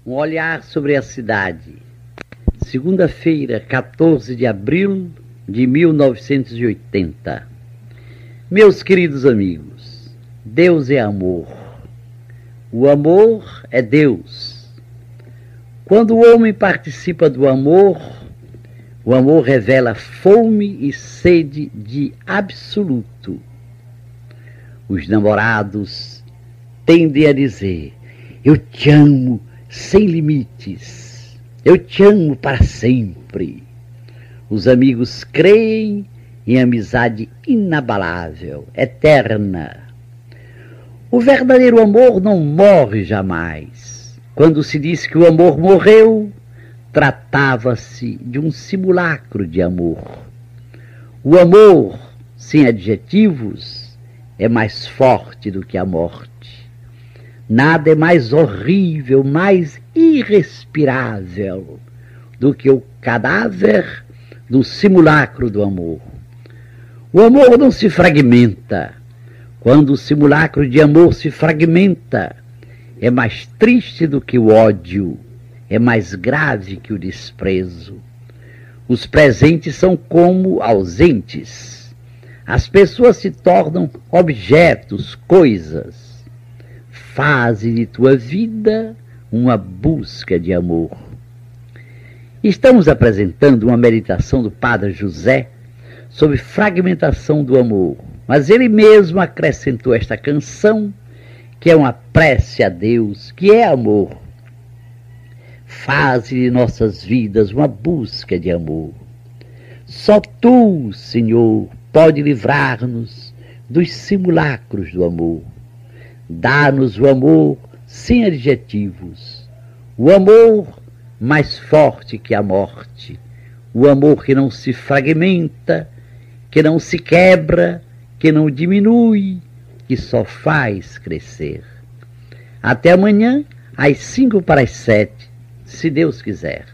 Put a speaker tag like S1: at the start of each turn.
S1: Um olhar sobre a cidade. Segunda-feira, 14 de abril de 1980. Meus queridos amigos, Deus é amor. O amor é Deus. Quando o homem participa do amor, o amor revela fome e sede de absoluto. Os namorados tendem a dizer: eu te amo sem limites, eu te amo para sempre. Os amigos creem em amizade inabalável, eterna. O verdadeiro amor não morre jamais. Quando se diz que o amor morreu, tratava-se de um simulacro de amor. O amor, sem adjetivos, é mais forte do que a morte. Nada é mais horrível, mais irrespirável do que o cadáver do simulacro do amor. O amor não se fragmenta. Quando o simulacro de amor se fragmenta, é mais triste do que o ódio, é mais grave que o desprezo. Os presentes são como ausentes. As pessoas se tornam objetos, coisas. Faze de tua vida uma busca de amor. Estamos apresentando uma meditação do Padre José sobre fragmentação do amor, mas ele mesmo acrescentou esta canção, que é uma prece a Deus, que é amor. Faze de nossas vidas uma busca de amor. Só tu, Senhor, pode livrar-nos dos simulacros do amor. Dá-nos o amor sem adjetivos, o amor mais forte que a morte, o amor que não se fragmenta, que não se quebra, que não diminui, que só faz crescer. Até amanhã, às 5 para as 7, se Deus quiser.